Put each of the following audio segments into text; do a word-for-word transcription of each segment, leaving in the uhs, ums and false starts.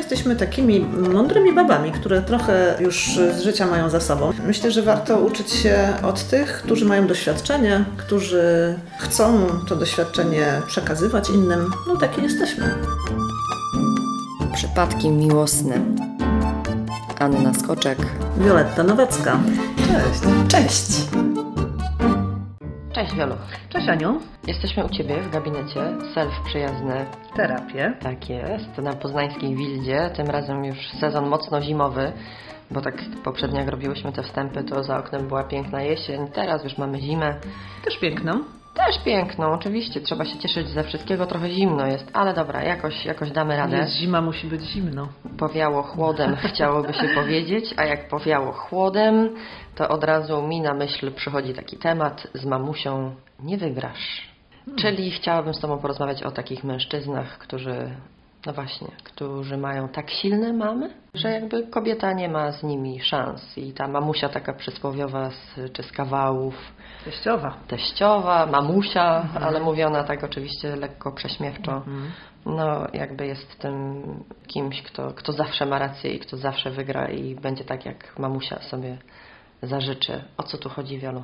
jesteśmy takimi mądrymi babami, które trochę już z życia mają za sobą. Myślę, że warto uczyć się od tych, którzy mają doświadczenie, którzy chcą to doświadczenie przekazywać innym. No takie jesteśmy. Przypadki miłosne. Anna Skoczek. Wioletta Nowacka. Cześć. Cześć. Cześć Wiolu. Cześć Aniu. Jesteśmy u Ciebie w gabinecie Self Przyjazne Terapie. Tak jest, na poznańskiej Wildzie. Tym razem już sezon mocno zimowy, bo tak poprzednio jak robiłyśmy te wstępy, to za oknem była piękna jesień. Teraz już mamy zimę. Też piękną. Też piękną, oczywiście. Trzeba się cieszyć ze wszystkiego. Trochę zimno jest, ale dobra, jakoś, jakoś damy radę. Jest zima, musi być zimno. Powiało chłodem, chciałoby się powiedzieć, a jak powiało chłodem, to od razu mi na myśl przychodzi taki temat: z mamusią nie wygrasz. Hmm. Czyli chciałabym z Tobą porozmawiać o takich mężczyznach, którzy, no właśnie, którzy mają tak silne mamy, że jakby kobieta nie ma z nimi szans. I ta mamusia taka przysłowiowa z, czy z kawałów. Teściowa. Teściowa, mamusia, mhm. ale mówiona tak oczywiście lekko prześmiewczo. Mhm. No jakby jest tym kimś, kto, kto zawsze ma rację i kto zawsze wygra i będzie tak, jak mamusia sobie zażyczy. O co tu chodzi, Wiolu?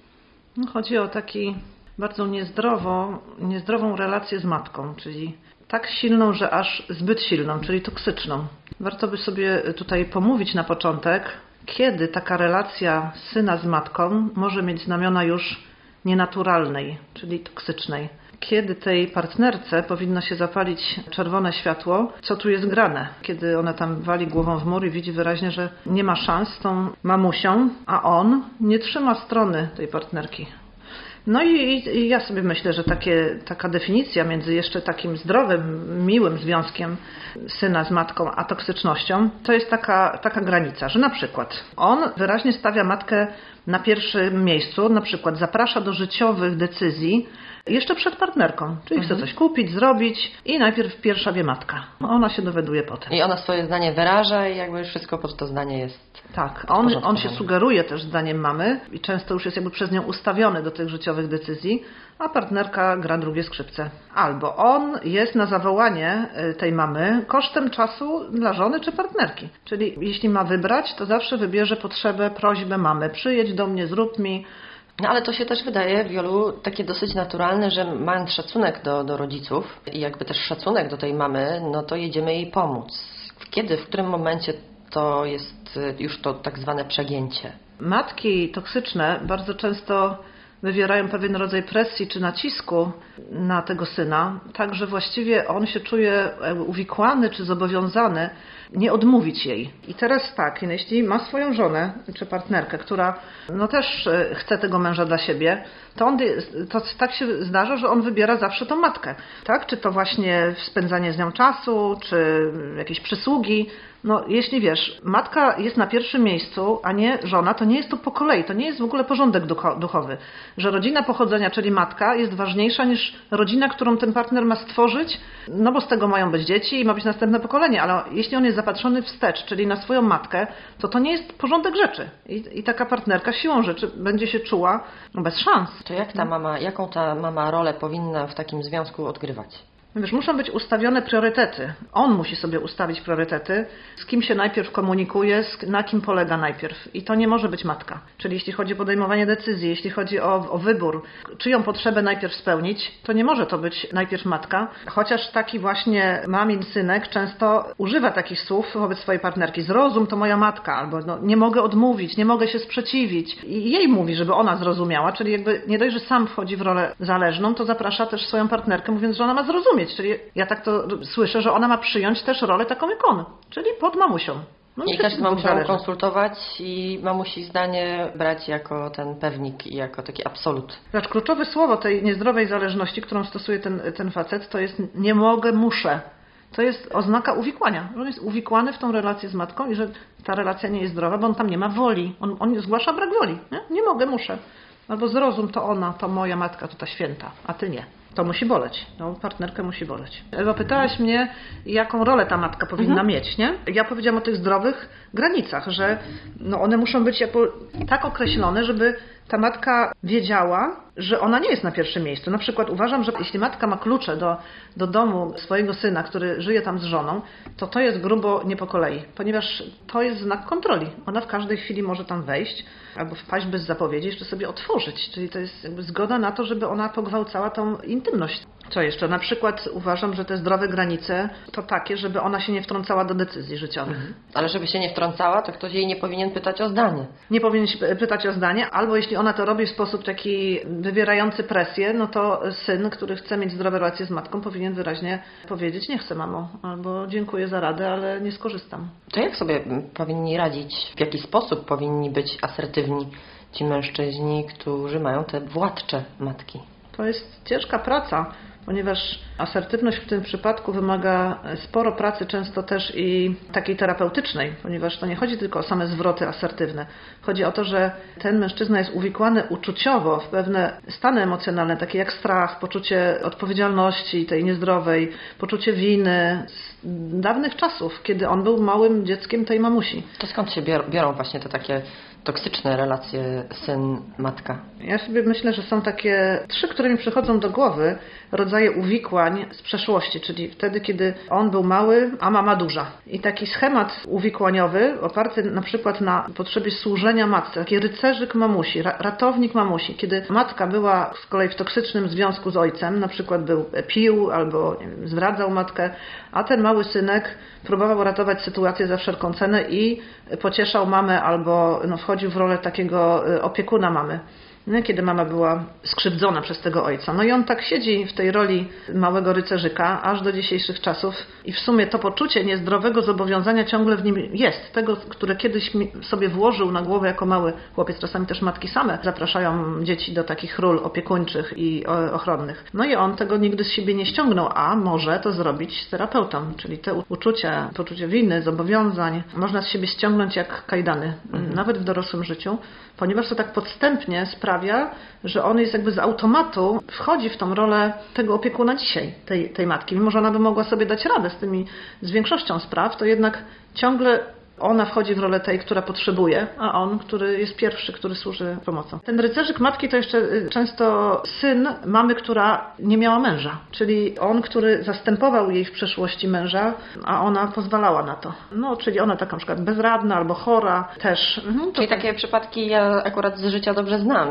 No, chodzi o taki bardzo niezdrowo, niezdrową relację z matką, czyli tak silną, że aż zbyt silną, czyli toksyczną. Warto by sobie tutaj pomówić na początek, kiedy taka relacja syna z matką może mieć znamiona już nienaturalnej, czyli toksycznej. Kiedy tej partnerce powinno się zapalić czerwone światło, co tu jest grane. Kiedy ona tam wali głową w mur i widzi wyraźnie, że nie ma szans z tą mamusią, a on nie trzyma strony tej partnerki. No i, i ja sobie myślę, że takie, taka definicja między jeszcze takim zdrowym, miłym związkiem syna z matką, a toksycznością, to jest taka, taka granica, że na przykład on wyraźnie stawia matkę na pierwszym miejscu, na przykład zaprasza do życiowych decyzji jeszcze przed partnerką, czyli mhm. chce coś kupić, zrobić i najpierw pierwsza wie matka. Ona się dowiaduje potem. I ona swoje zdanie wyraża i jakby już wszystko pod to zdanie jest. Tak, on, on się sugeruje też zdaniem mamy i często już jest jakby przez nią ustawiony do tych życiowych decyzji, a partnerka gra drugie skrzypce. Albo on jest na zawołanie tej mamy kosztem czasu dla żony czy partnerki. Czyli jeśli ma wybrać, to zawsze wybierze potrzebę, prośbę mamy. Przyjedź do mnie, zrób mi. No ale to się też wydaje, Wiolu, takie dosyć naturalne, że mając szacunek do, do rodziców i jakby też szacunek do tej mamy, no to jedziemy jej pomóc. Kiedy, w którym momencie to jest już to tak zwane przegięcie? Matki toksyczne bardzo często wywierają pewien rodzaj presji czy nacisku na tego syna, tak że właściwie on się czuje uwikłany czy zobowiązany nie odmówić jej. I teraz tak, jeśli ma swoją żonę czy partnerkę, która no też chce tego męża dla siebie, to, on, to tak się zdarza, że on wybiera zawsze tą matkę. Tak? Czy to właśnie spędzanie z nią czasu, czy jakieś przysługi. No jeśli wiesz, matka jest na pierwszym miejscu, a nie żona, to nie jest to po kolei, to nie jest w ogóle porządek duchowy. Że rodzina pochodzenia, czyli matka, jest ważniejsza niż rodzina, którą ten partner ma stworzyć, no bo z tego mają być dzieci i ma być następne pokolenie, ale jeśli on jest zapatrzony wstecz, czyli na swoją matkę, to to nie jest porządek rzeczy. I, i taka partnerka siłą rzeczy będzie się czuła no, bez szans. To jak ta mama, jaką ta mama rolę powinna w takim związku odgrywać? Wiesz, muszą być ustawione priorytety. On musi sobie ustawić priorytety, z kim się najpierw komunikuje, na kim polega najpierw. I to nie może być matka. Czyli jeśli chodzi o podejmowanie decyzji, jeśli chodzi o, o wybór, czyją potrzebę najpierw spełnić, to nie może to być najpierw matka. Chociaż taki właśnie mamin synek często używa takich słów wobec swojej partnerki. Zrozum, to moja matka, albo no, nie mogę odmówić, nie mogę się sprzeciwić. I jej mówi, żeby ona zrozumiała, czyli jakby nie dość, że sam wchodzi w rolę zależną, to zaprasza też swoją partnerkę, mówiąc, że ona ma zrozumieć. Czyli ja tak to słyszę, że ona ma przyjąć też rolę taką jak on, czyli pod mamusią. No i też ma muszą konsultować i ma musi zdanie brać jako ten pewnik i jako taki absolut. Znaczy, kluczowe słowo tej niezdrowej zależności, którą stosuje ten, ten facet, to jest nie mogę, muszę. To jest oznaka uwikłania, że on jest uwikłany w tą relację z matką i że ta relacja nie jest zdrowa, bo on tam nie ma woli. On, on zgłasza brak woli. Nie? nie mogę, muszę. Albo zrozum, to ona, to moja matka, to ta święta, a ty nie. To musi boleć. No, partnerkę musi boleć. Ewa, pytałaś mnie, jaką rolę ta matka powinna mhm. mieć, nie? Ja powiedziałam o tych zdrowych granicach, że no one muszą być jako tak określone, żeby ta matka wiedziała, że ona nie jest na pierwszym miejscu. Na przykład uważam, że jeśli matka ma klucze do, do domu swojego syna, który żyje tam z żoną, to to jest grubo nie po kolei, ponieważ to jest znak kontroli. Ona w każdej chwili może tam wejść albo wpaść bez zapowiedzi, jeszcze sobie otworzyć. Czyli to jest jakby zgoda na to, żeby ona pogwałcała tą intymność. Co jeszcze? Na przykład uważam, że te zdrowe granice to takie, żeby ona się nie wtrącała do decyzji życiowych. Mhm. Ale żeby się nie wtrącała, to ktoś jej nie powinien pytać o zdanie. Nie powinien się pytać o zdanie, albo jeśli ona to robi w sposób taki wywierający presję, no to syn, który chce mieć zdrowe relacje z matką, powinien wyraźnie powiedzieć: nie chcę, mamo, albo dziękuję za radę, ale nie skorzystam. To jak sobie powinni radzić? W jaki sposób powinni być asertywni ci mężczyźni, którzy mają te władcze matki? To jest ciężka praca, ponieważ asertywność w tym przypadku wymaga sporo pracy, często też i takiej terapeutycznej, ponieważ to nie chodzi tylko o same zwroty asertywne. Chodzi o to, że ten mężczyzna jest uwikłany uczuciowo w pewne stany emocjonalne, takie jak strach, poczucie odpowiedzialności tej niezdrowej, poczucie winy z dawnych czasów, kiedy on był małym dzieckiem tej mamusi. To skąd się biorą właśnie te takie toksyczne relacje syn-matka? Ja sobie myślę, że są takie trzy, które mi przychodzą do głowy, rodzaje uwikłań z przeszłości, czyli wtedy, kiedy on był mały, a mama duża. I taki schemat uwikłaniowy, oparty na przykład na potrzebie służenia matce, taki rycerzyk mamusi, ratownik mamusi, kiedy matka była z kolei w toksycznym związku z ojcem, na przykład był pił albo nie wiem, zdradzał matkę, a ten mały synek próbował ratować sytuację za wszelką cenę i pocieszał mamę albo no, wchodził w rolę takiego opiekuna mamy, kiedy mama była skrzywdzona przez tego ojca. No i on tak siedzi w tej roli małego rycerzyka aż do dzisiejszych czasów i w sumie to poczucie niezdrowego zobowiązania ciągle w nim jest. Tego, które kiedyś sobie włożył na głowę jako mały chłopiec. Czasami też matki same zapraszają dzieci do takich ról opiekuńczych i ochronnych. No i on tego nigdy z siebie nie ściągnął, a może to zrobić z terapeutą. Czyli te uczucia, poczucie winy, zobowiązań można z siebie ściągnąć jak kajdany, mhm. nawet w dorosłym życiu, ponieważ to tak podstępnie sprawia, że on jest jakby z automatu, wchodzi w tą rolę tego opiekuna dzisiaj, tej, tej matki. Mimo że ona by mogła sobie dać radę z tymi, z większością spraw, to jednak ciągle ona wchodzi w rolę tej, która potrzebuje, a on, który jest pierwszy, który służy pomocą. Ten rycerzyk matki to jeszcze często syn mamy, która nie miała męża. Czyli on, który zastępował jej w przeszłości męża, a ona pozwalała na to. No, czyli ona taka na przykład bezradna albo chora też. Mhm, czyli takie przypadki ja akurat z życia dobrze znam.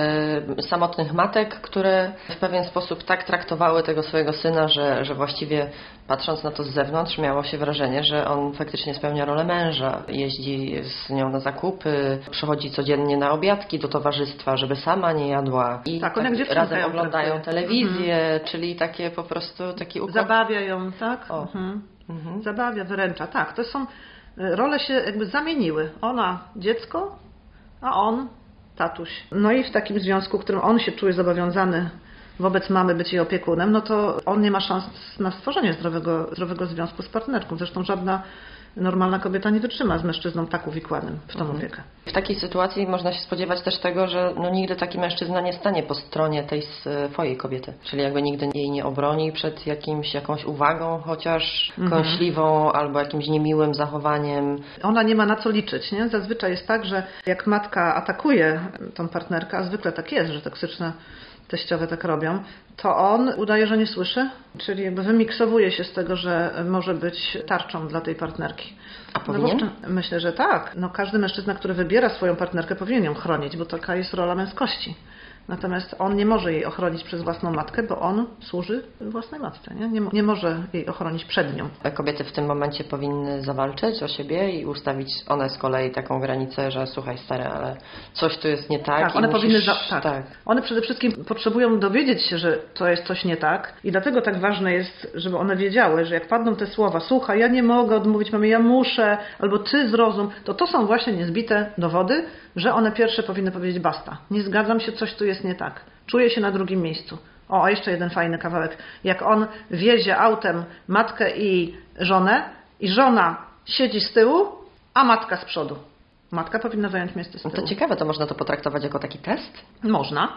E, samotnych matek, które w pewien sposób tak traktowały tego swojego syna, że, że właściwie patrząc na to z zewnątrz miało się wrażenie, że on faktycznie spełnia rolę męża. Jeździ z nią na zakupy, przychodzi codziennie na obiadki do towarzystwa, żeby sama nie jadła. I tak, tak jak razem oglądają pracuje. telewizję, Mhm. czyli takie po prostu taki układ. Zabawia ją, tak? O. Mhm. Mhm. Zabawia, wyręcza. Tak, to są, role się jakby zamieniły. Ona dziecko, a on tatuś. No i w takim związku, w którym on się czuje zobowiązany wobec mamy być jej opiekunem, no to on nie ma szans na stworzenie zdrowego, zdrowego związku z partnerką. Zresztą żadna normalna kobieta nie wytrzyma z mężczyzną tak uwikłanym w tą mhm. opiekę. W takiej sytuacji można się spodziewać też tego, że no nigdy taki mężczyzna nie stanie po stronie tej swojej kobiety. Czyli jakby nigdy jej nie obroni przed jakimś, jakąś uwagą, chociaż mhm. kąśliwą albo jakimś niemiłym zachowaniem. Ona nie ma na co liczyć, nie? Zazwyczaj jest tak, że jak matka atakuje tą partnerkę, a zwykle tak jest, że toksyczne teściowe tak robią, to on udaje, że nie słyszy, czyli jakby wymiksowuje się z tego, że może być tarczą dla tej partnerki. A powinien? No bo myślę, że tak. No, każdy mężczyzna, który wybiera swoją partnerkę, powinien ją chronić, bo taka jest rola męskości. Natomiast on nie może jej ochronić przez własną matkę, bo on służy własnej matce. Nie, nie, nie może jej ochronić przed nią. Kobiety w tym momencie powinny zawalczyć o siebie i ustawić one z kolei taką granicę, że słuchaj stary, ale coś tu jest nie tak. Tak, i one musisz... powinny za... tak. tak. One przede wszystkim potrzebują dowiedzieć się, że to jest coś nie tak i dlatego tak ważne jest, żeby one wiedziały, że jak padną te słowa, słuchaj, ja nie mogę odmówić mamie, ja muszę, albo ty zrozum, to to są właśnie niezbite dowody, że one pierwsze powinny powiedzieć basta. Nie zgadzam się, coś tu jest nie tak. Czuję się na drugim miejscu. O, a jeszcze jeden fajny kawałek. Jak on wiezie autem matkę i żonę i żona siedzi z tyłu, a matka z przodu. Matka powinna zająć miejsce z tyłu. To ciekawe, to można to potraktować jako taki test? Można.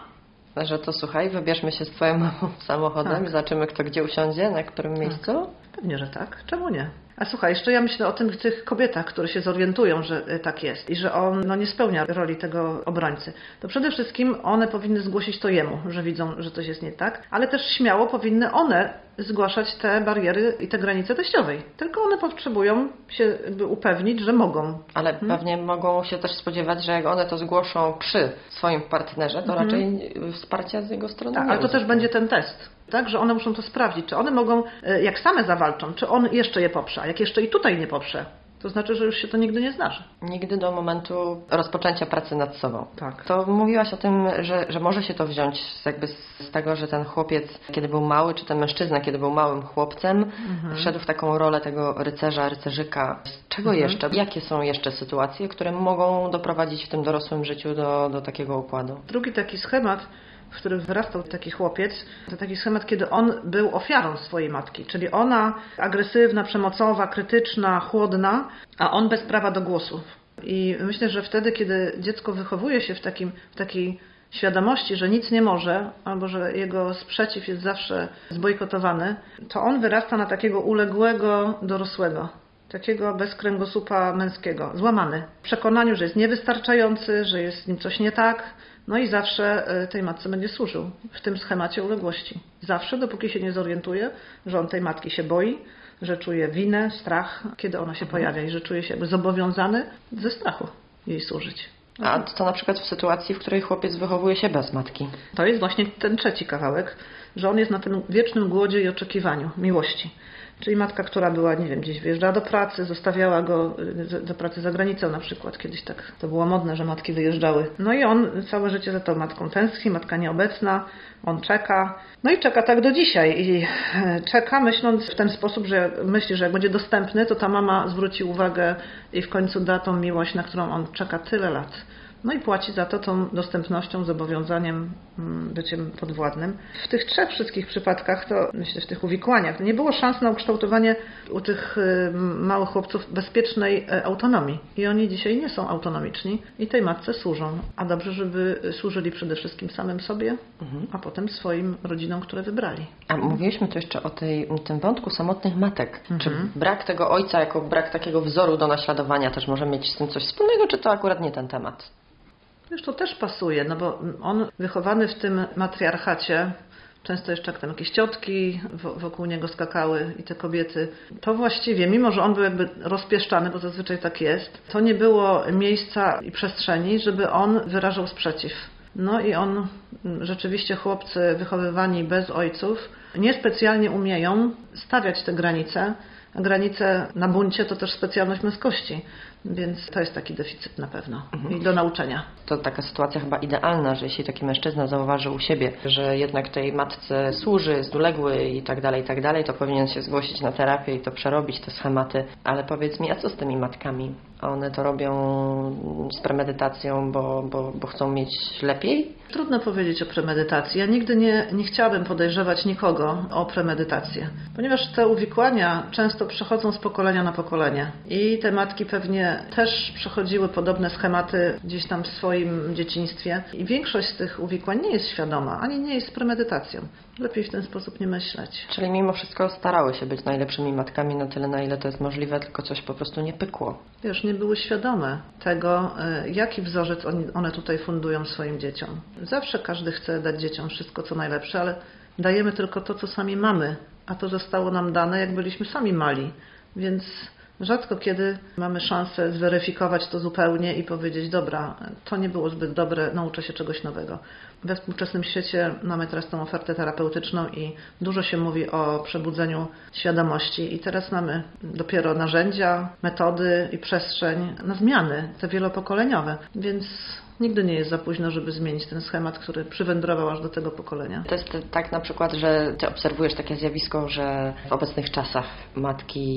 Że to słuchaj, wybierzmy się z twoją mamą samochodem Tak. i zobaczymy, kto gdzie usiądzie, na którym miejscu. Pewnie, że tak. Czemu nie? A słuchaj, jeszcze ja myślę o tym, tych kobietach, które się zorientują, że y, tak jest i że on no, nie spełnia roli tego obrońcy. To przede wszystkim one powinny zgłosić to jemu, że widzą, że coś jest nie tak, ale też śmiało powinny one zgłaszać te bariery i te granice teściowej. Tylko one potrzebują się jakby upewnić, że mogą. Ale Hmm? pewnie mogą się też spodziewać, że jak one to zgłoszą przy swoim partnerze, to Mhm. raczej wsparcia z jego strony Tak, nie ale to też uzyskają. będzie ten test. Tak, że one muszą to sprawdzić, czy one mogą, y, jak same zawalczą, czy on jeszcze je poprze, a jak jeszcze i tutaj nie poprze, to znaczy, że już się to nigdy nie zdarzy. Nigdy do momentu rozpoczęcia pracy nad sobą. Tak. To mówiłaś o tym, że, że może się to wziąć z, jakby z tego, że ten chłopiec, kiedy był mały, czy ten mężczyzna, kiedy był małym chłopcem, Mhm. wszedł w taką rolę tego rycerza, rycerzyka. Z czego Mhm. jeszcze? Jakie są jeszcze sytuacje, które mogą doprowadzić w tym dorosłym życiu do, do takiego układu? Drugi taki schemat, w którym wyrastał taki chłopiec, to taki schemat, kiedy on był ofiarą swojej matki, czyli ona agresywna, przemocowa, krytyczna, chłodna, a on bez prawa do głosu. I myślę, że wtedy, kiedy dziecko wychowuje się w, takim, w takiej świadomości, że nic nie może, albo że jego sprzeciw jest zawsze zbojkotowany, to on wyrasta na takiego uległego dorosłego. Takiego bez kręgosłupa męskiego, złamany. W przekonaniu, że jest niewystarczający, że jest z nim coś nie tak, no i zawsze tej matce będzie służył w tym schemacie uległości. Zawsze, dopóki się nie zorientuje, że on tej matki się boi, że czuje winę, strach, kiedy ona się Mhm. pojawia i że czuje się jakby zobowiązany ze strachu jej służyć. A to na przykład w sytuacji, w której chłopiec wychowuje się bez matki. To jest właśnie ten trzeci kawałek, że on jest na tym wiecznym głodzie i oczekiwaniu miłości. Czyli matka, która była, nie wiem, gdzieś wyjeżdżała do pracy, zostawiała go y, do pracy za granicą na przykład. Kiedyś tak to było modne, że matki wyjeżdżały. No i on całe życie za tą matką tęskni, matka nieobecna, on czeka. No i czeka tak do dzisiaj. I e, czeka myśląc w ten sposób, że myśli, że jak będzie dostępny, to ta mama zwróci uwagę i w końcu da tą miłość, na którą on czeka tyle lat. No i płaci za to tą dostępnością, zobowiązaniem, byciem podwładnym. W tych trzech wszystkich przypadkach, to myślę, w tych uwikłaniach, nie było szans na ukształtowanie u tych małych chłopców bezpiecznej autonomii. I oni dzisiaj nie są autonomiczni i tej matce służą. A dobrze, żeby służyli przede wszystkim samym sobie, mhm. a potem swoim rodzinom, które wybrali. A mówiliśmy tu jeszcze o tej, tym wątku samotnych matek. Mhm. Czy brak tego ojca, jako brak takiego wzoru do naśladowania też może mieć z tym coś wspólnego, czy to akurat nie ten temat? Wiesz, to też pasuje, no bo on wychowany w tym matriarchacie, często jeszcze jak tam jakieś ciotki wokół niego skakały i te kobiety, to właściwie, mimo że on był jakby rozpieszczany, bo zazwyczaj tak jest, to nie było miejsca i przestrzeni, żeby on wyrażał sprzeciw. No i on, rzeczywiście chłopcy wychowywani bez ojców, niespecjalnie umieją stawiać te granice, a granice na buncie to też specjalność męskości. Więc to jest taki deficyt na pewno mhm. i do nauczenia. To taka sytuacja chyba idealna, że jeśli taki mężczyzna zauważy u siebie, że jednak tej matce służy, jest uległy i tak dalej, i tak dalej, to powinien się zgłosić na terapię i to przerobić, te schematy. Ale powiedz mi, a co z tymi matkami? One to robią z premedytacją, bo, bo, bo chcą mieć lepiej? Trudno powiedzieć o premedytacji. Ja nigdy nie, nie chciałabym podejrzewać nikogo o premedytację, ponieważ te uwikłania często przechodzą z pokolenia na pokolenie i te matki pewnie też przechodziły podobne schematy gdzieś tam w swoim dzieciństwie i większość z tych uwikłań nie jest świadoma, ani nie jest z premedytacją. Lepiej w ten sposób nie myśleć. Czyli mimo wszystko starały się być najlepszymi matkami na tyle, na ile to jest możliwe, tylko coś po prostu nie pykło. Wiesz, nie były świadome tego, jaki wzorzec one tutaj fundują swoim dzieciom. Zawsze każdy chce dać dzieciom wszystko, co najlepsze, ale dajemy tylko to, co sami mamy, a to zostało nam dane, jak byliśmy sami mali. Więc rzadko kiedy mamy szansę zweryfikować to zupełnie i powiedzieć, dobra, to nie było zbyt dobre, nauczę się czegoś nowego. We współczesnym świecie mamy teraz tą ofertę terapeutyczną i dużo się mówi o przebudzeniu świadomości i teraz mamy dopiero narzędzia, metody i przestrzeń na zmiany, te wielopokoleniowe, więc nigdy nie jest za późno, żeby zmienić ten schemat, który przywędrował aż do tego pokolenia. To jest tak na przykład, że ty obserwujesz takie zjawisko, że w obecnych czasach matki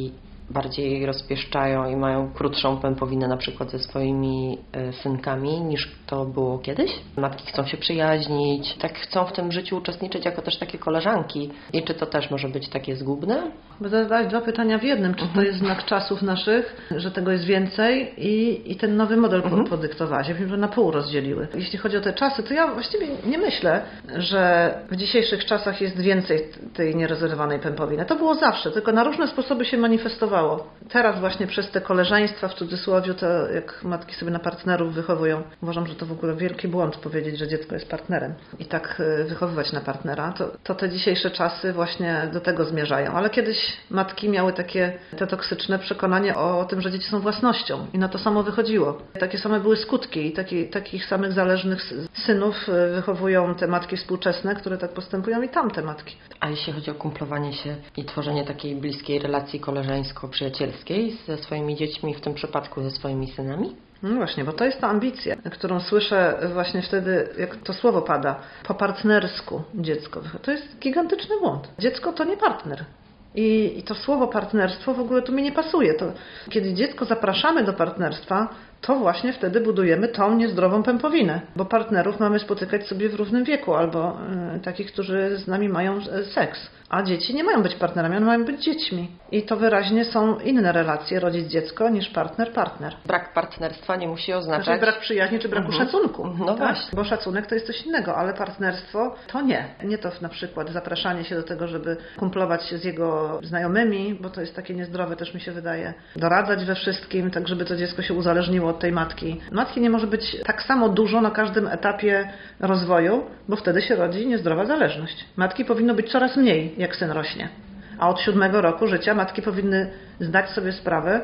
bardziej rozpieszczają i mają krótszą pępowinę na przykład ze swoimi y, synkami niż to było kiedyś. Matki chcą się przyjaźnić, tak chcą w tym życiu uczestniczyć jako też takie koleżanki. I czy to też może być takie zgubne? Bo zadać dwa pytania w jednym. Czy to jest znak czasów naszych, że tego jest więcej i, i ten nowy model mhm. podyktowałaś? Ja wiem, że na pół rozdzieliły. Jeśli chodzi o te czasy, to ja właściwie nie myślę, że w dzisiejszych czasach jest więcej tej nierozerwanej pępowiny. To było zawsze, tylko na różne sposoby się manifestowało. Teraz właśnie przez te koleżeństwa, w cudzysłowie, to jak matki sobie na partnerów wychowują, uważam, że to w ogóle wielki błąd powiedzieć, że dziecko jest partnerem i tak wychowywać na partnera, to, to te dzisiejsze czasy właśnie do tego zmierzają. Ale kiedyś matki miały takie te toksyczne przekonanie o tym, że dzieci są własnością i na to samo wychodziło. Takie same były skutki i taki, takich samych zależnych synów wychowują te matki współczesne, które tak postępują i tamte matki. A jeśli chodzi o kumplowanie się i tworzenie takiej bliskiej relacji koleżeńsko-przyjacielskiej ze swoimi dziećmi, w tym przypadku ze swoimi synami? No właśnie, bo to jest ta ambicja, którą słyszę właśnie wtedy, jak to słowo pada, po partnersku dziecko. To jest gigantyczny błąd. Dziecko to nie partner. I, I to słowo partnerstwo w ogóle tu mi nie pasuje. To, kiedy dziecko zapraszamy do partnerstwa, to właśnie wtedy budujemy tą niezdrową pępowinę. Bo partnerów mamy spotykać sobie w równym wieku albo y, takich, którzy z nami mają y, seks. A dzieci nie mają być partnerami, one mają być dziećmi. I to wyraźnie są inne relacje rodzic-dziecko niż partner-partner. Brak partnerstwa nie musi oznaczać... Znaczy brak przyjaźni czy braku mhm. szacunku. No tak? właśnie. Bo szacunek to jest coś innego, ale partnerstwo to nie. Nie to na przykład zapraszanie się do tego, żeby kumplować się z jego znajomymi, bo to jest takie niezdrowe też mi się wydaje. Doradzać we wszystkim, tak żeby to dziecko się uzależniło od tej matki. Matki nie może być tak samo dużo na każdym etapie rozwoju, bo wtedy się rodzi niezdrowa zależność. Matki powinno być coraz mniej, jak syn rośnie. A od siódmego roku życia matki powinny zdać sobie sprawę,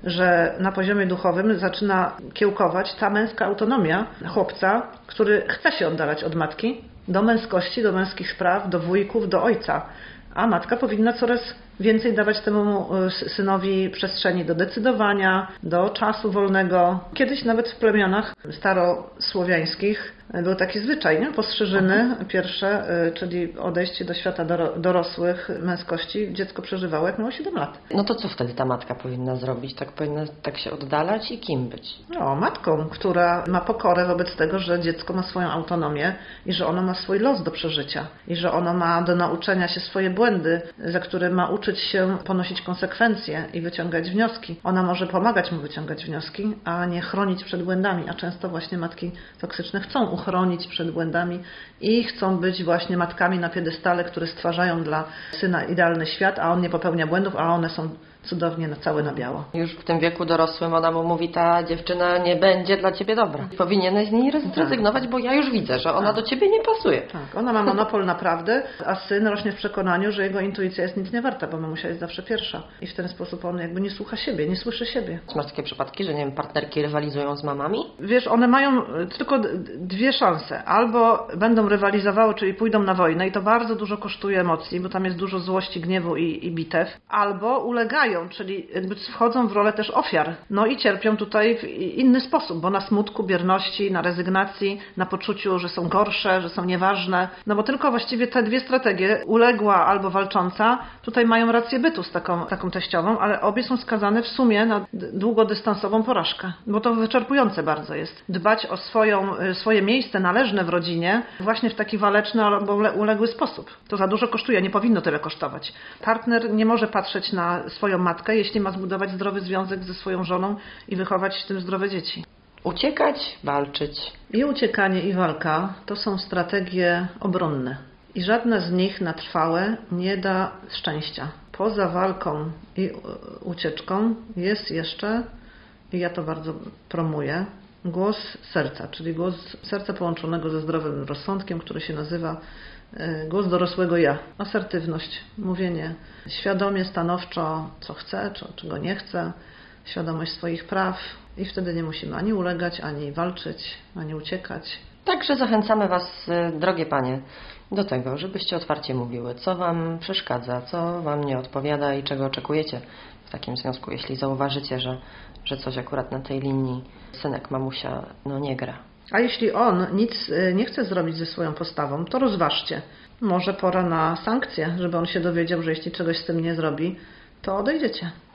że na poziomie duchowym zaczyna kiełkować ta męska autonomia chłopca, który chce się oddalać od matki do męskości, do męskich spraw, do wujków, do ojca. A matka powinna coraz więcej dawać temu synowi przestrzeni do decydowania, do czasu wolnego. Kiedyś nawet w plemionach starosłowiańskich był taki zwyczaj, nie? Postrzyżyny pierwsze, czyli odejście do świata dorosłych, męskości, dziecko przeżywało, jak miało siedem lat. No to co wtedy ta matka powinna zrobić? Tak powinna tak się oddalać i kim być? No, matką, która ma pokorę wobec tego, że dziecko ma swoją autonomię i że ono ma swój los do przeżycia i że ono ma do nauczenia się swoje błędy, za które ma uczyć się ponosić konsekwencje i wyciągać wnioski. Ona może pomagać mu wyciągać wnioski, a nie chronić przed błędami, a często właśnie matki toksyczne chcą uchronić przed błędami i chcą być właśnie matkami na piedestale, które stwarzają dla syna idealny świat, a on nie popełnia błędów, a one są cudownie na całe na biało. Już w tym wieku dorosłym ona mu mówi, ta dziewczyna nie będzie dla ciebie dobra. Powinieneś z niej zrezygnować, tak. Bo ja już widzę, że ona tak. do ciebie nie pasuje. Tak, ona ma monopol na prawdę, a syn rośnie w przekonaniu, że jego intuicja jest nic nie warta, bo mamusia jest zawsze pierwsza. I w ten sposób on jakby nie słucha siebie, nie słyszy siebie. Masz takie przypadki, że nie wiem, partnerki rywalizują z mamami? Wiesz, one mają tylko dwie szanse. Albo będą rywalizowały, czyli pójdą na wojnę i to bardzo dużo kosztuje emocji, bo tam jest dużo złości, gniewu i, i bitew. Albo ulegają, czyli jakby wchodzą w rolę też ofiar. No i cierpią tutaj w inny sposób, bo na smutku, bierności, na rezygnacji, na poczuciu, że są gorsze, że są nieważne. No bo tylko właściwie te dwie strategie, uległa albo walcząca, tutaj mają rację bytu z taką, taką teściową, ale obie są skazane w sumie na długodystansową porażkę. Bo to wyczerpujące bardzo jest. Dbać o swoją, swoje miejsce należne w rodzinie właśnie w taki waleczny albo uległy sposób. To za dużo kosztuje, nie powinno tyle kosztować. Partner nie może patrzeć na swoją matkę, jeśli ma zbudować zdrowy związek ze swoją żoną i wychować w tym zdrowe dzieci. Uciekać, walczyć. I uciekanie, i walka to są strategie obronne. I żadna z nich na trwałe nie da szczęścia. Poza walką i ucieczką jest jeszcze, i ja to bardzo promuję, głos serca, czyli głos serca połączonego ze zdrowym rozsądkiem, który się nazywa głos dorosłego ja. Asertywność, mówienie świadomie, stanowczo, co chcę, czego nie chcę, świadomość swoich praw i wtedy nie musimy ani ulegać, ani walczyć, ani uciekać. Także zachęcamy Was, drogie panie, do tego, żebyście otwarcie mówiły, co Wam przeszkadza, co Wam nie odpowiada i czego oczekujecie w takim związku, jeśli zauważycie, że, że coś akurat na tej linii synek, mamusia, no nie gra. A jeśli on nic nie chce zrobić ze swoją postawą, to rozważcie. Może pora na sankcje, żeby on się dowiedział, że jeśli czegoś z tym nie zrobi, to odejdziecie.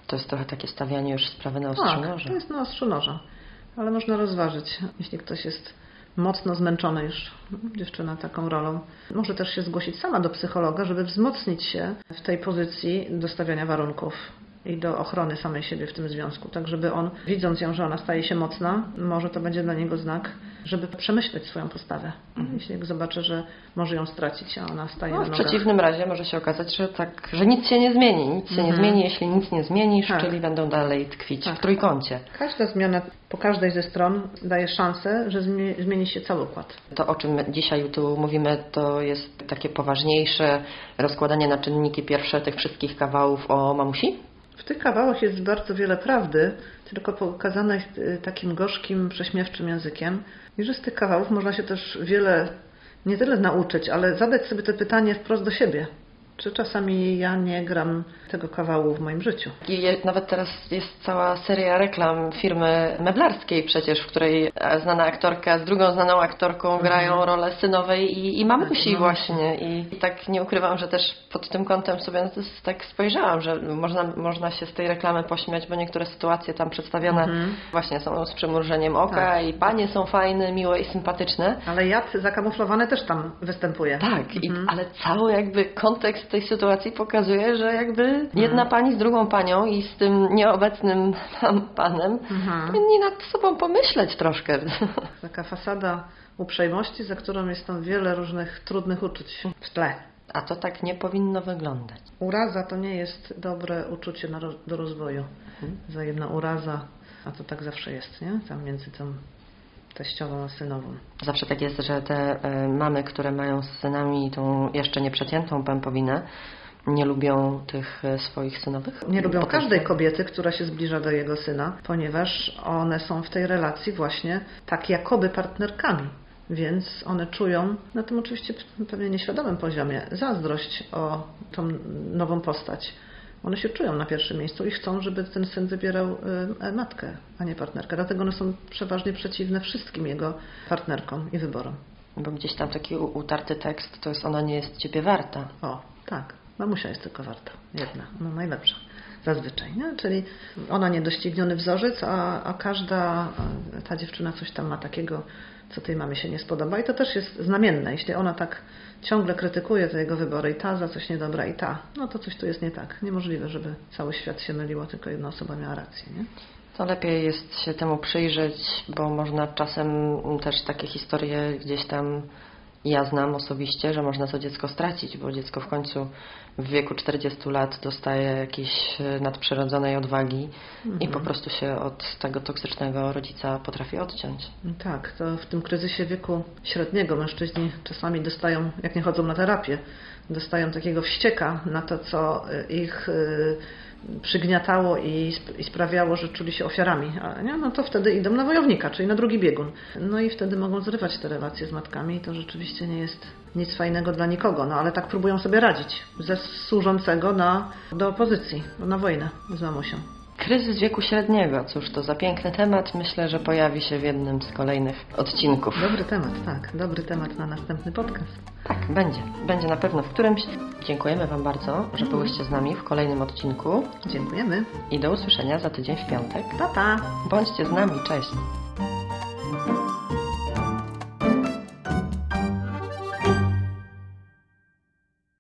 To jest trochę takie stawianie już sprawy na ostrzu Tak, noża. to jest na ostrzu noża. Ale można rozważyć, jeśli ktoś jest mocno zmęczony już, dziewczyna, taką rolą. Może też się zgłosić sama do psychologa, żeby wzmocnić się w tej pozycji do stawiania warunków i do ochrony samej siebie w tym związku. Tak, żeby on, widząc ją, że ona staje się mocna, może to będzie dla niego znak, żeby przemyśleć swoją postawę. Mhm. Jeśli jak zobaczy, że może ją stracić, a ona staje No, na w nogach. przeciwnym razie może się okazać, że tak, że nic się nie zmieni. Nic się nie Mhm. zmieni, jeśli nic nie zmienisz, Tak. czyli będą dalej tkwić Tak. w trójkącie. Każda zmiana po każdej ze stron daje szansę, że zmie- zmieni się cały układ. To, o czym dzisiaj tu mówimy, to jest takie poważniejsze rozkładanie na czynniki pierwsze tych wszystkich kawałów o mamusi? W tych kawałach jest bardzo wiele prawdy, tylko pokazanych y, takim gorzkim, prześmiewczym językiem. I że z tych kawałów można się też wiele, nie tyle nauczyć, ale zadać sobie to pytanie wprost do siebie. Czy czasami ja nie gram tego kawału w moim życiu? I je, nawet teraz jest cała seria reklam firmy meblarskiej przecież, w której znana aktorka z drugą znaną aktorką Mhm. grają rolę synowej i, i mamusi Tak, właśnie. I, I tak nie ukrywam, że też pod tym kątem sobie na to tak spojrzałam, że można, można się z tej reklamy pośmiać, bo niektóre sytuacje tam przedstawione Mhm. właśnie są z przymrużeniem oka Tak. i panie są fajne, miłe i sympatyczne. Ale jad zakamuflowany też tam występuje. Tak, i, Mhm. ale cały jakby kontekst tej sytuacji pokazuje, że jakby jedna pani z drugą panią i z tym nieobecnym tam panem Mhm. powinni nad sobą pomyśleć troszkę. Taka fasada uprzejmości, za którą jest tam wiele różnych trudnych uczuć w tle. A to tak nie powinno wyglądać. Uraza to nie jest dobre uczucie na roz- do rozwoju. Mhm. Wzajemna uraza, a to tak zawsze jest, nie? Tam między tą teściową a synową. Zawsze tak jest, że te e, mamy, które mają z synami tą jeszcze nieprzeciętą pępowinę, nie lubią tych e, swoich synowych? Nie lubią Potem każdej się- kobiety, która się zbliża do jego syna, ponieważ one są w tej relacji właśnie tak jakoby partnerkami. Więc one czują, na tym oczywiście pewnie nieświadomym poziomie, zazdrość o tą nową postać. One się czują na pierwszym miejscu i chcą, żeby ten syn wybierał y, matkę, a nie partnerkę. Dlatego one są przeważnie przeciwne wszystkim jego partnerkom i wyborom. Bo gdzieś tam taki u- utarty tekst to jest ona nie jest ciebie warta. O, tak. Mamusia jest tylko warta. Jedna. No najlepsza. Zazwyczaj. Nie? Czyli ona niedościgniony wzorzec, a, a każda ta dziewczyna coś tam ma takiego, co tej mamie się nie spodoba. I to też jest znamienne. Jeśli ona tak ciągle krytykuje te jego wybory i ta za coś niedobra i ta, no to coś tu jest nie tak. Niemożliwe, żeby cały świat się myliło, tylko jedna osoba miała rację. Nie? To lepiej jest się temu przyjrzeć, bo można czasem też takie historie gdzieś tam, ja znam osobiście, że można to dziecko stracić, bo dziecko w końcu w wieku czterdziestu lat dostaje jakiejś nadprzyrodzonej odwagi Mhm. i po prostu się od tego toksycznego rodzica potrafi odciąć. Tak, to w tym kryzysie wieku średniego mężczyźni czasami dostają, jak nie chodzą na terapię, dostają takiego wścieka na to, co ich y, przygniatało i, sp- i sprawiało, że czuli się ofiarami. A, nie? No to wtedy idą na wojownika, czyli na drugi biegun. No i wtedy mogą zrywać te relacje z matkami i to rzeczywiście nie jest nic fajnego dla nikogo. No ale tak próbują sobie radzić ze służącego na, do opozycji, na wojnę z mamusią. Kryzys wieku średniego, cóż to za piękny temat, myślę, że pojawi się w jednym z kolejnych odcinków. Dobry temat, tak. Dobry temat na następny podcast. Tak, będzie. Będzie na pewno w którymś. Dziękujemy Wam bardzo, że byłyście z nami w kolejnym odcinku Dziękujemy. i do usłyszenia za tydzień w piątek. Pa, pa. Bądźcie z nami, cześć!